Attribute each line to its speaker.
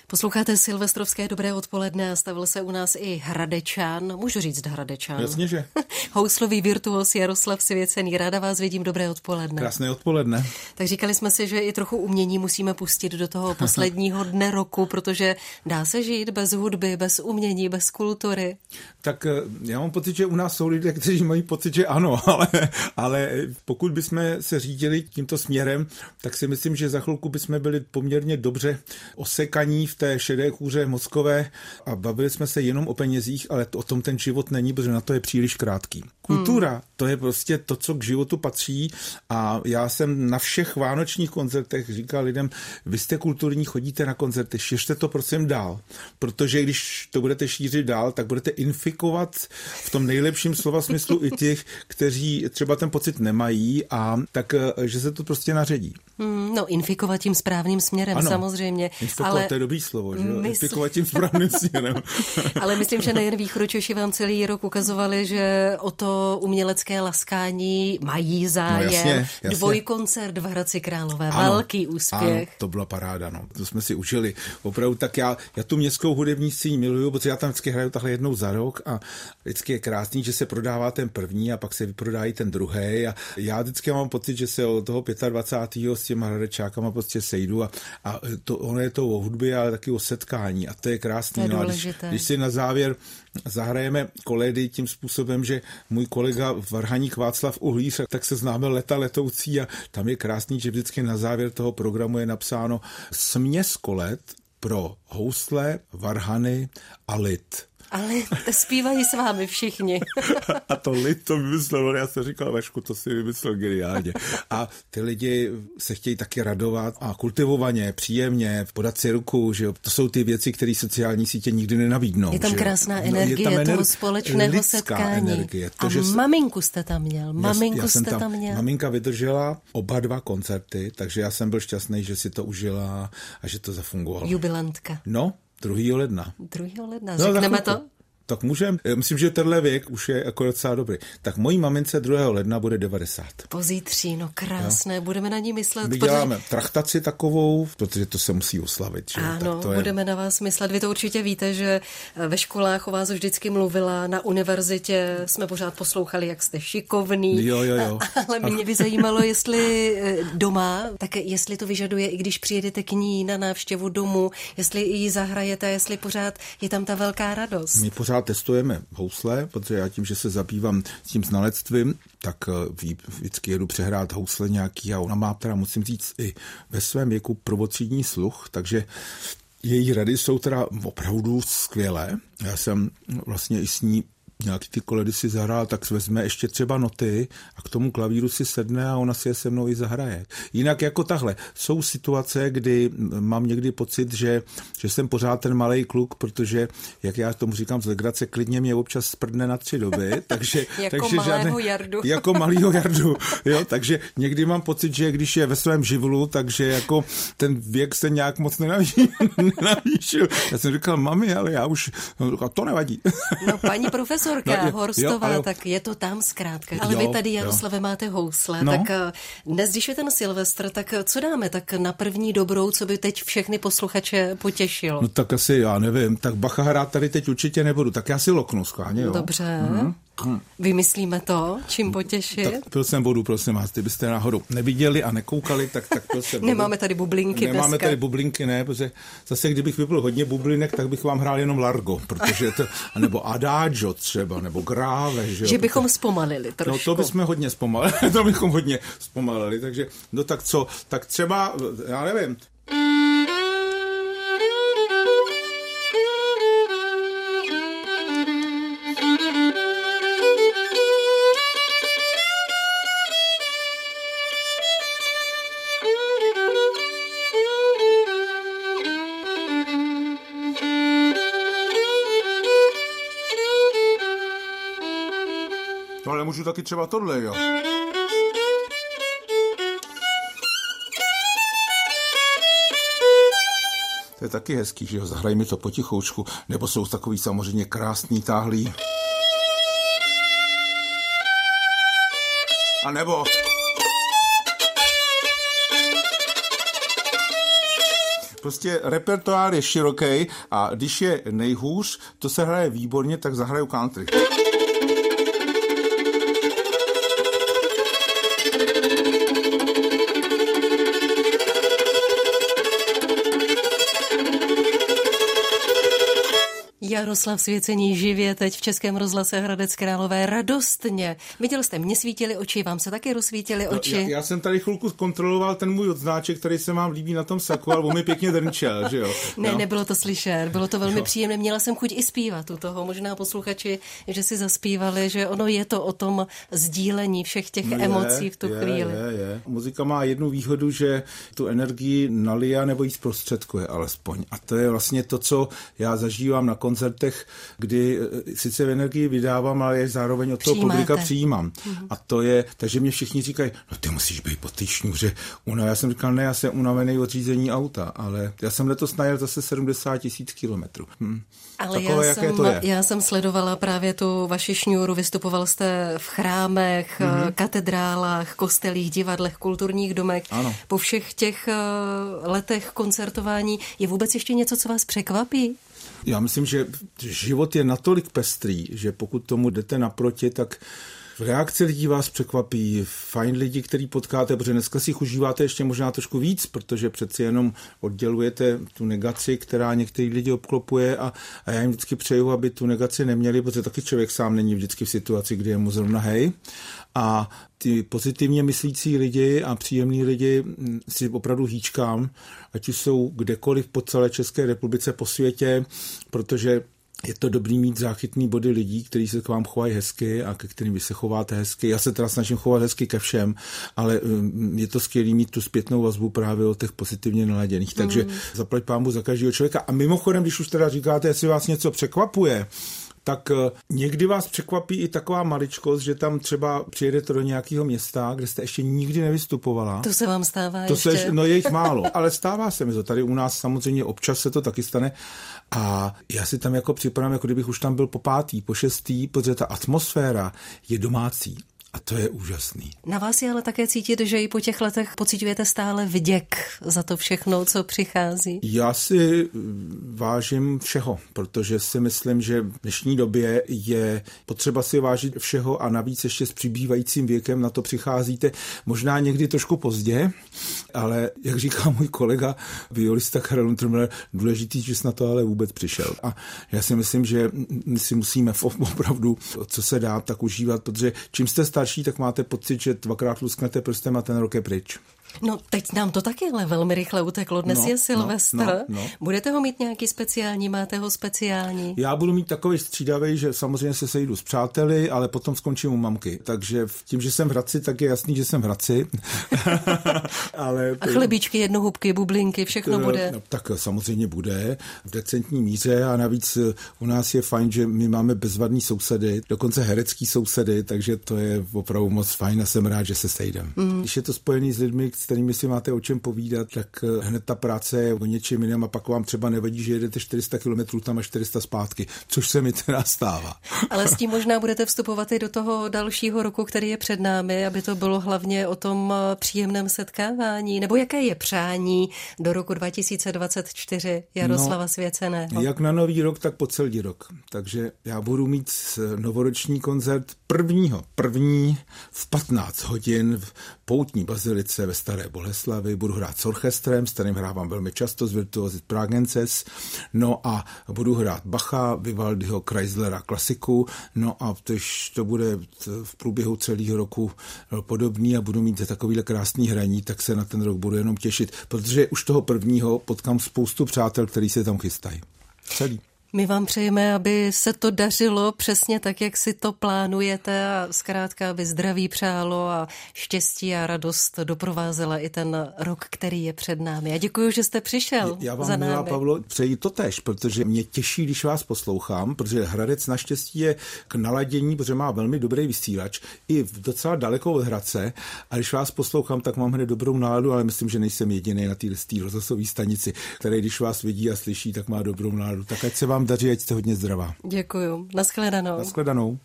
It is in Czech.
Speaker 1: Posloucháte Silvestrovské dobré odpoledne a stavil se u nás i Hradečan, můžu říct Hradečan.
Speaker 2: Jasně, že.
Speaker 1: Houslový virtuos Jaroslav Svěcený, ráda vás vidím, dobré odpoledne.
Speaker 2: Krásné odpoledne.
Speaker 1: Tak říkali jsme si, že i trochu umění musíme pustit do toho posledního dne roku, protože dá se žít bez hudby, bez umění, bez kultury.
Speaker 2: Tak já mám pocit, že u nás jsou lidé, kteří mají pocit, že ano, ale pokud bychom se řídili tímto směrem, tak si myslím, že za chvilku bychom byli poměrně dobře osekaní v té šedé kůře mozkové a bavili jsme se jenom o penězích, ale o tom ten život není, protože na to je příliš krátký. Kultura, to je prostě to, co k životu patří a já jsem na všech vánočních koncertech říkal lidem, vy jste kulturní, chodíte na koncerty, šiřte to prosím dál, protože když to budete šířit dál, tak budete infikovat v tom nejlepším slova smyslu i těch, kteří třeba ten pocit nemají a tak, že se to prostě naředí.
Speaker 1: No, infikovat tím správným směrem, ano, samozřejmě.
Speaker 2: Infikovat, ale to je dobrý slovo, že jo? Infikovat tím správným směrem.
Speaker 1: Ale myslím, že nejen Východočeši vám celý rok ukazovali, že o to umělecké laskání mají zájem. No, jasně. Dvojkoncert v Hradci Králové, ano, velký úspěch.
Speaker 2: Ano, to byla paráda, no. To jsme si užili. Opravdu tak já tu městskou hudební scénu miluju, protože já tam vždycky hraju takhle jednou za rok a vždycky je krásný, že se prodává ten první a pak se vyprodá i ten druhý a já vždycky mám pocit, že se od toho 25. s těma hradečákama prostě sejdu a ono je to o hudbě, ale taky o setkání a to je krásný.
Speaker 1: To je
Speaker 2: no, když si na závěr zahrajeme kolédy tím způsobem, že můj kolega Varhaník Václav Uhlíř, tak se známe Leta letoucí a tam je krásný, že vždycky na závěr toho programu je napsáno směs kolet pro housle, varhany a lid.
Speaker 1: Ale zpívají s vámi všichni.
Speaker 2: A to lid to vymyslel, já jsem říkal, Vašku, to si vymyslel geniálně. A ty lidi se chtějí taky radovat a kultivovaně, příjemně, podat si ruku, že jo. To jsou ty věci, které sociální sítě nikdy nenabídnou.
Speaker 1: Je tam krásná energie, je tam toho společného setkání.
Speaker 2: Energie.
Speaker 1: To, maminku jste tam měl,
Speaker 2: Maminka vydržela oba dva koncerty, takže já jsem byl šťastný, že si to užila a že to zafungovalo.
Speaker 1: Jubilantka.
Speaker 2: No, 2. ledna.
Speaker 1: 2. ledna, řekneme to?
Speaker 2: Tak můžeme. Myslím, že tenhle věk už je jako docela dobrý. Tak mojí mamince 2. ledna bude 90.
Speaker 1: Pozítří, no krásné, jo. Budeme na ní myslet.
Speaker 2: My děláme trachtaci takovou, protože to se musí oslavit. Že?
Speaker 1: Ano,
Speaker 2: tak to
Speaker 1: budeme na vás myslet. Vy to určitě víte, že ve školách o vás vždycky mluvila, na univerzitě jsme pořád poslouchali, jak jste šikovný.
Speaker 2: Jo.
Speaker 1: Ale mě by zajímalo, jestli doma, tak jestli to vyžaduje, i když přijedete k ní na návštěvu domů, jestli ji zahrajete, jestli pořád je tam ta velká radost.
Speaker 2: My pořád testujeme housle, protože já tím, že se zabývám s tím znalectvím, tak vždycky jedu přehrát housle nějaký a ona má teda, musím říct, i ve svém věku prvotřídní sluch, takže její rady jsou teda opravdu skvělé. Já jsem vlastně i s ní nějaký ty koledy si zahrál, tak vezme ještě třeba noty a k tomu klavíru si sedne a ona si je se mnou i zahraje. Jinak jako tahle. Jsou situace, kdy mám někdy pocit, že jsem pořád ten malej kluk, protože, jak já tomu říkám z legrace, klidně mě občas sprdne na 3 doby, takže
Speaker 1: Jardu.
Speaker 2: Jako malýho Jardu, jo, takže někdy mám pocit, že když je ve svém živlu, takže jako ten věk se nějak moc nenavýšil. Já jsem říkal, mami, ale já už, to nevadí.
Speaker 1: No, paní profesorka Horstová, tak je to tam zkrátka. Ale vy tady, Jaroslave, máte housle, tak dnes, když je ten Silvestr, tak co dáme? Tak na první dobrou, co by teď všechny posluchače potěšilo? No
Speaker 2: tak asi, já nevím, tak bacha hrát tady teď určitě nebudu, tak já si loknu skláně, jo.
Speaker 1: Dobře. Vymyslíme to, čím potěšit?
Speaker 2: Tak pil jsem vodu, prosím vás, kdybyste náhodou neviděli a nekoukali, tak pil jsem vodu.
Speaker 1: Nemáme tady bublinky dneska.
Speaker 2: Nemáme tady bublinky, ne, protože zase kdybych vypil hodně bublinek, tak bych vám hrál jenom largo, protože to, nebo adagio třeba, nebo grave, že jo.
Speaker 1: Že bychom zpomalili trošku.
Speaker 2: No to bychom hodně zpomalili, takže no tak co, tak třeba, já nevím. No ale můžu taky třeba tohle, jo. To je taky hezký, že jo, zahraj mi to potichoučku, nebo jsou takový samozřejmě krásný, táhlý. A nebo... Prostě repertoár je široký a když je nejhůř, to se hraje výborně, tak zahraju country.
Speaker 1: Jaroslav Svěcený živě teď v Českém rozhlase Hradec Králové radostně. Viděl jste, mě svítily oči, vám se taky rozsvítily oči.
Speaker 2: Já jsem tady chvilku kontroloval ten můj odznáček, který se vám líbí na tom saku, ale on mi pěkně drnčel, že jo?
Speaker 1: Ne, nebylo to slyšet, bylo to velmi příjemné. Měla jsem chuť i zpívat u toho, možná posluchači, že si zaspívali, že ono je to o tom sdílení všech těch emocí v tu chvíli.
Speaker 2: Je. Muzika má jednu výhodu, že tu energii nalije nebo ji zprostředkuje alespoň. A to je vlastně to, co já zažívám na koncertech, kdy sice v energii vydávám, ale je zároveň od toho publika přijímám. A to je, takže mě všichni říkají, no ty musíš být po té šňůře. Já jsem říkal, ne, já jsem unavený od řízení auta, ale já jsem letos najel zase 70 000 kilometrů.
Speaker 1: Ale takové, já jsem sledovala právě tu vaši šňůru, vystupoval jste v chrámech, katedrálách, kostelích, divadlech, kulturních domech.
Speaker 2: Ano.
Speaker 1: Po všech těch letech koncertování je vůbec ještě něco, co vás překvapí?
Speaker 2: Já myslím, že život je natolik pestrý, že pokud tomu jdete naproti, tak v reakci lidí vás překvapí, fajn lidi, který potkáte, protože dneska si jich užíváte ještě možná trošku víc, protože přeci jenom oddělujete tu negaci, která některý lidi obklopuje a já jim vždycky přeju, aby tu negaci neměli, protože taky člověk sám není vždycky v situaci, kdy je mu zrovna hej. A ty pozitivně myslící lidi a příjemní lidi si opravdu hýčkám, ať už jsou kdekoliv po celé České republice, po světě, protože je to dobrý mít záchytný body lidí, kteří se k vám chovají hezky a ke kterým vy se chováte hezky. Já se teda snažím chovat hezky ke všem, ale je to skvělý mít tu zpětnou vazbu právě od těch pozitivně naladěných. Takže zaplať pánbůh za každého člověka. A mimochodem, když už teda říkáte, jestli vás něco překvapuje, tak někdy vás překvapí i taková maličkost, že tam třeba přijedete do nějakého města, kde jste ještě nikdy nevystupovala.
Speaker 1: To se vám stává ještě?
Speaker 2: No je jich málo, ale stává se mi to. Tady u nás samozřejmě občas se to taky stane. A já si tam jako připadám, jako kdybych už tam byl po 5., po 6., protože ta atmosféra je domácí. A to je úžasný.
Speaker 1: Na vás je ale také cítit, že i po těch letech pociťujete stále vděk za to všechno, co přichází.
Speaker 2: Já si vážím všeho, protože si myslím, že v dnešní době je potřeba si vážit všeho a navíc ještě s přibývajícím věkem na to přicházíte možná někdy trošku pozdě, ale jak říká můj kolega violista Karel Untermüller, důležitý, že jsi na to ale vůbec přišel. A já si myslím, že my si musíme opravdu, co se dá, tak užívat, protože čím jste starší, tak máte pocit, že 2krát lusknete prstem a ten rok je pryč.
Speaker 1: No, teď nám to taky ale velmi rychle uteklo. Dnes je Silvestr. Budete ho mít nějaký speciální? Máte ho speciální? Já budu mít takový střídavý, že samozřejmě se sejdu s přáteli, ale potom skončím u mamky. Takže tím, že jsem v Hradci, tak je jasný, že jsem v Hradci. Ale a chlebíčky, jednohubky, bublinky, všechno bude?
Speaker 2: No, tak samozřejmě bude v decentní míře a navíc u nás je fajn, že my máme bezvadný sousedy, dokonce herecký sousedy, takže to je opravdu moc fajn a jsem rád, že se sejdem. Když je to spojený s lidmi, s kterými si máte o čem povídat, tak hned ta práce je o něčem jiném a pak vám třeba nevadí, že jedete 400 kilometrů tam a 400 zpátky, což se mi teda stává. Ale s tím možná budete vstupovat i do toho dalšího roku, který je před námi, aby to bylo hlavně o tom příjemném setkávání, nebo jaké je přání do roku 2024 Jaroslava Svěceného? Jak na nový rok, tak po celý rok. Takže já budu mít novoroční koncert první v 15 hodin v Poutní bazilice ve Staré Boleslavi. Budu hrát s orchestrem, s kterým hrávám velmi často, z Virtuosit Pragenses. No a budu hrát Bacha, Vivaldiho, Chryslera, klasiku. No a to bude v průběhu celého roku podobný a budu mít takovýhle krásný hraní, tak se na ten rok budu jenom těšit, protože už toho prvního potkám spoustu přátel, kteří se tam chystají. Celý. My vám přejeme, aby se to dařilo přesně tak, jak si to plánujete a zkrátka, aby zdraví přálo a štěstí a radost doprovázela i ten rok, který je před námi. Já děkuji, že jste přišel. Já vám, milá Pavlo, přeji to též, protože mě těší, když vás poslouchám, protože Hradec naštěstí je k naladění, protože má velmi dobrý vysílač, i docela daleko od Hradce, a když vás poslouchám, tak mám hned dobrou náladu, ale myslím, že nejsem jediný na této rozhlasové stanici, který když vás vidí a slyší, tak má dobrou náladu. Tak ať se vám daří, ať jste hodně zdravá. Děkuju. Nashledanou. Nashledanou.